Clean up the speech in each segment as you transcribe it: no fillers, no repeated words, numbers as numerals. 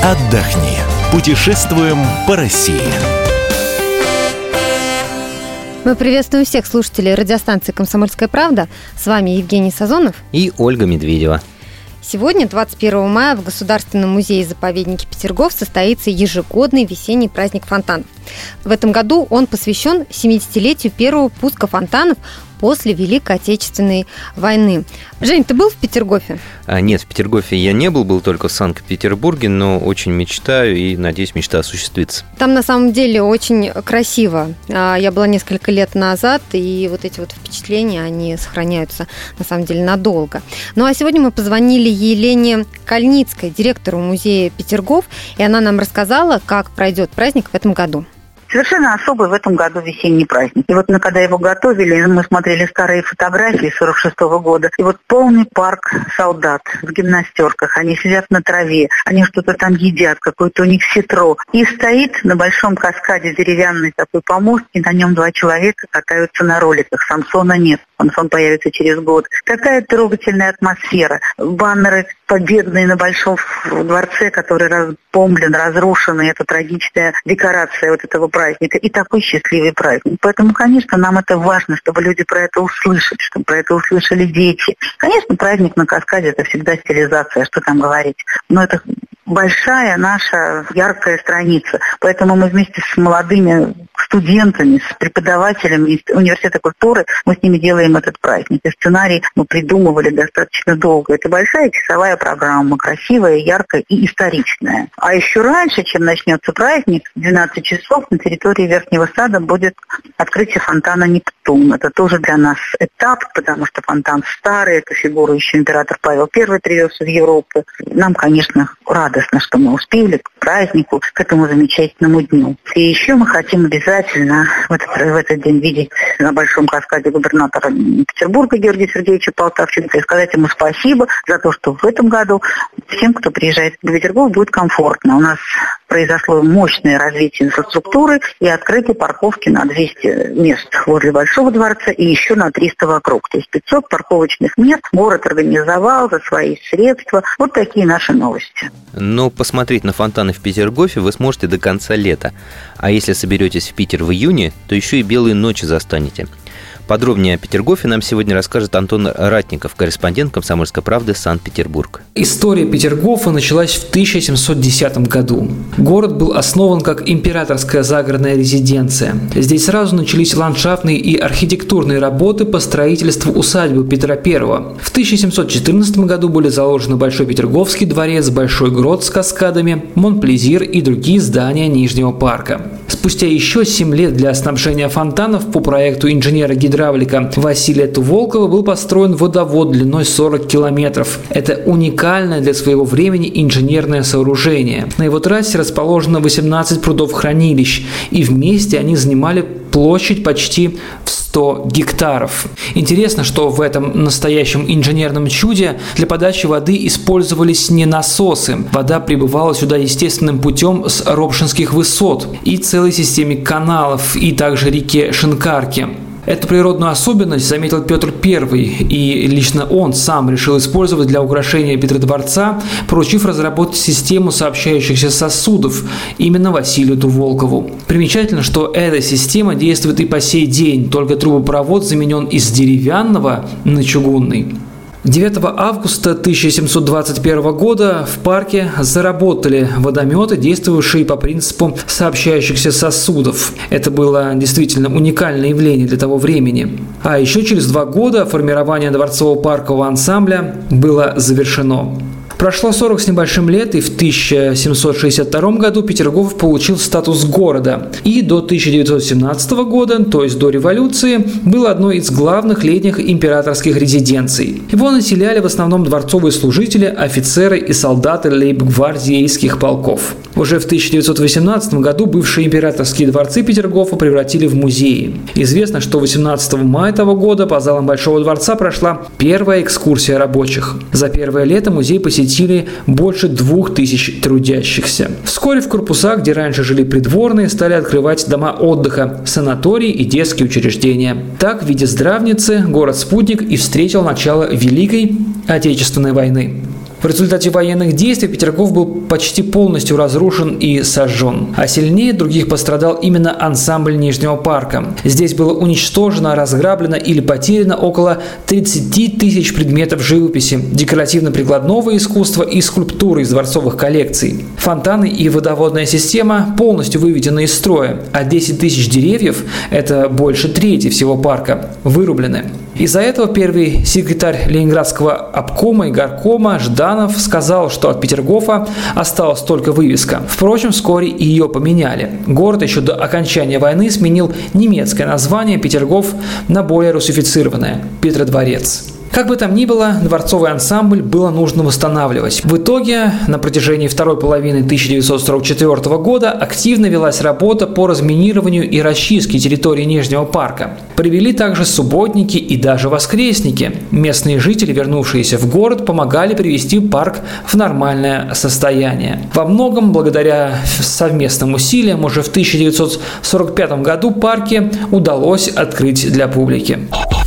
отдохни. Путешествуем по России. Мы приветствуем всех слушателей радиостанции «Комсомольская правда». С вами Евгений Сазонов и Ольга Медведева. Сегодня, 21 мая, в Государственном музее-заповеднике Петергоф состоится ежегодный весенний праздник фонтанов. В этом году он посвящен 70-летию первого пуска фонтанов после Великой Отечественной войны. Жень, ты был в Петергофе? Нет, в Петергофе я не был только в Санкт-Петербурге, но очень мечтаю и, надеюсь, мечта осуществится. Там на самом деле очень красиво. Я была несколько лет назад, и вот эти вот впечатления, они сохраняются на самом деле надолго. Ну а сегодня мы позвонили Елене Кальницкой, директору музея Петергоф, и она нам рассказала, как пройдет праздник в этом году. Совершенно особый в этом году весенний праздник. И вот мы, когда его готовили, мы смотрели старые фотографии 46-го года. И вот полный парк солдат в гимнастерках. Они сидят на траве, они что-то там едят, какое-то у них ситро. И стоит на большом каскаде деревянный такой помост, и на нем два человека катаются на роликах. Самсона нет. Он появится через год. Такая трогательная атмосфера. Баннеры победные на Большом дворце, который разбомблен, разрушенный. Это трагичная декорация вот этого праздника. И такой счастливый праздник. Поэтому, конечно, нам это важно, чтобы люди про это услышали, чтобы про это услышали дети. Конечно, праздник на каскаде – это всегда стилизация, что там говорить. Но это большая наша яркая страница. Поэтому мы вместе с молодыми студентами, с преподавателями университета культуры, мы с ними делаем этот праздник. И сценарий мы придумывали достаточно долго. Это большая часовая программа, красивая, яркая и историчная. А еще раньше, чем начнется праздник, в 12 часов на территории Верхнего сада будет открытие фонтана «Нептун». Это тоже для нас этап, потому что фонтан старый, эту фигуру еще император Павел I привез из Европы. Нам, конечно, радостно, что мы успели к празднику, к этому замечательному дню. И еще мы хотим обязательно в этот день видеть на Большом каскаде губернатора Петербурга Георгия Сергеевича Полтавченко и сказать ему спасибо за то, что в этом году всем, кто приезжает в Петергоф, будет комфортно. У нас произошло мощное развитие инфраструктуры и открыты парковки на 200 мест возле Большого дворца и еще на 300 вокруг. То есть 500 парковочных мест город организовал за свои средства. Вот такие наши новости. Но посмотреть на фонтаны в Петергофе вы сможете до конца лета. А если соберетесь в Питер в июне, то еще и белые ночи застанете. Подробнее о Петергофе нам сегодня расскажет Антон Ратников, корреспондент «Комсомольской правды», Санкт-Петербург. История Петергофа началась в 1710 году. Город был основан как императорская загородная резиденция. Здесь сразу начались ландшафтные и архитектурные работы по строительству усадьбы Петра I. В 1714 году были заложены Большой Петерговский дворец, Большой грот с каскадами, Монплезир и другие здания Нижнего парка. Спустя еще 7 лет для снабжения фонтанов по проекту инженера-гидравлика Василия Туволкова был построен водовод длиной 40 километров. Это уникальное для своего времени инженерное сооружение. На его трассе расположено 18 прудов-хранилищ, и вместе они занимали площадь почти в 100 гектаров. Интересно, что в этом настоящем инженерном чуде для подачи воды использовались не насосы. Вода прибывала сюда естественным путем с Ропшинских высот и целой системе каналов, и также реке Шинкарки. Эту природную особенность заметил Петр I, и лично он сам решил использовать для украшения Петродворца, поручив разработать систему сообщающихся сосудов именно Василию Туволкову. Примечательно, что эта система действует и по сей день, только трубопровод заменен из деревянного на чугунный. 9 августа 1721 года в парке заработали водометы, действовавшие по принципу сообщающихся сосудов. Это было действительно уникальное явление для того времени. А еще через 2 года формирование дворцового паркового ансамбля было завершено. Прошло 40 с небольшим лет, и в 1762 году Петергоф получил статус города. И до 1917 года, то есть до революции, был одной из главных летних императорских резиденций. Его населяли в основном дворцовые служители, офицеры и солдаты лейб-гвардейских полков. Уже в 1918 году бывшие императорские дворцы Петергофа превратили в музеи. Известно, что 18 мая того года по залам Большого дворца прошла первая экскурсия рабочих. За первое лето музей посетили больше 2000 трудящихся. Вскоре в корпуса, где раньше жили придворные, стали открывать дома отдыха, санатории и детские учреждения. Так, в виде здравницы, город-спутник и встретил начало Великой Отечественной войны. В результате военных действий Петергоф был почти полностью разрушен и сожжен. А сильнее других пострадал именно ансамбль Нижнего парка. Здесь было уничтожено, разграблено или потеряно около 30 тысяч предметов живописи, декоративно-прикладного искусства и скульптуры из дворцовых коллекций. Фонтаны и водоводная система полностью выведены из строя, а 10 тысяч деревьев – это больше трети всего парка – вырублены. Из-за этого первый секретарь Ленинградского обкома и горкома Жданов сказал, что от Петергофа осталась только вывеска. Впрочем, вскоре ее поменяли. Город еще до окончания войны сменил немецкое название Петергоф на более русифицированное – Петродворец. Как бы там ни было, дворцовый ансамбль было нужно восстанавливать. В итоге, на протяжении второй половины 1944 года активно велась работа по разминированию и расчистке территории Нижнего парка. Привели также субботники и даже воскресники. Местные жители, вернувшиеся в город, помогали привести парк в нормальное состояние. Во многом, благодаря совместным усилиям, уже в 1945 году парки удалось открыть для публики.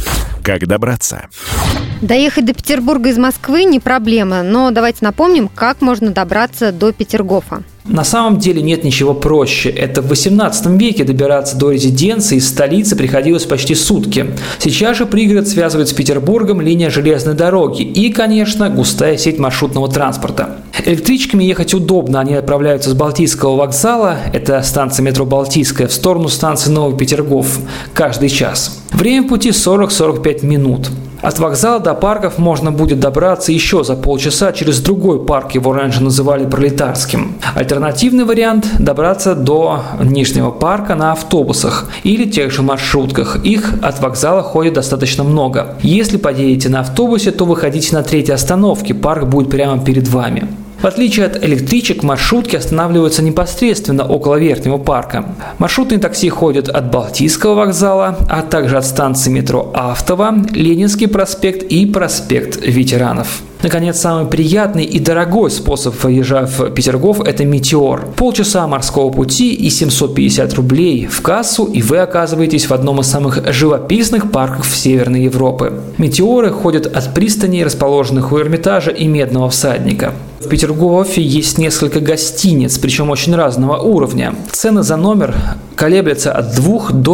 Как добраться? Доехать до Петербурга из Москвы не проблема, но давайте напомним, как можно добраться до Петергофа. На самом деле нет ничего проще. Это в XVIII веке добираться до резиденции из столицы приходилось почти сутки. Сейчас же пригород связывает с Петербургом линия железной дороги и, конечно, густая сеть маршрутного транспорта. Электричками ехать удобно. Они отправляются с Балтийского вокзала, это станция метро Балтийская, в сторону станции Новый Петергоф каждый час. Время пути 40-45 минут. От вокзала до парков можно будет добраться еще за полчаса через другой парк, его раньше называли Пролетарским. Альтернативный вариант – добраться до Нижнего парка на автобусах или тех же маршрутках. Их от вокзала ходит достаточно много. Если поедете на автобусе, то выходите на 3-й остановке, парк будет прямо перед вами. В отличие от электричек, маршрутки останавливаются непосредственно около Верхнего парка. Маршрутные такси ходят от Балтийского вокзала, а также от станции метро Автово, Ленинский проспект и проспект Ветеранов. Наконец, самый приятный и дорогой способ выезжать в Петергоф – это «Метеор». Полчаса морского пути и 750 рублей в кассу, и вы оказываетесь в одном из самых живописных парков Северной Европы. «Метеоры» ходят от пристаней, расположенных у Эрмитажа и Медного всадника. В Петергофе есть несколько гостиниц, причем очень разного уровня. Цены за номер колеблются от 2 до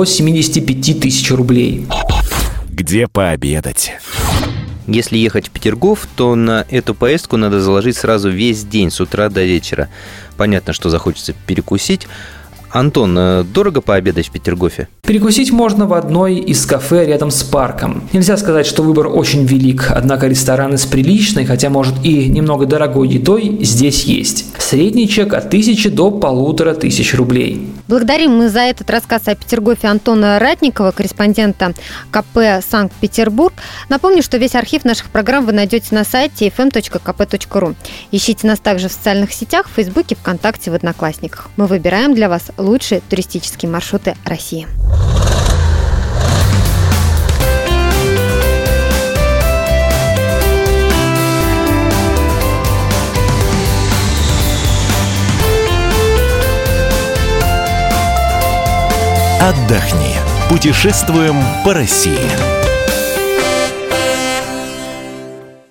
75 тысяч рублей. Где пообедать? Если ехать в Петергоф, то на эту поездку надо заложить сразу весь день с утра до вечера. Понятно, что захочется перекусить. Антон, дорого пообедать в Петергофе? Перекусить можно в одной из кафе рядом с парком. Нельзя сказать, что выбор очень велик, однако рестораны с приличной, хотя может и немного дорогой едой здесь есть. Средний чек от 1000 до 1500 рублей. Благодарим мы за этот рассказ о Петергофе Антона Ратникова, корреспондента КП Санкт-Петербург. Напомню, что весь архив наших программ вы найдете на сайте fm.kp.ru. Ищите нас также в социальных сетях, в Фейсбуке, ВКонтакте, в Одноклассниках. Мы выбираем для вас лучшие туристические маршруты России. Отдохни. Путешествуем по России.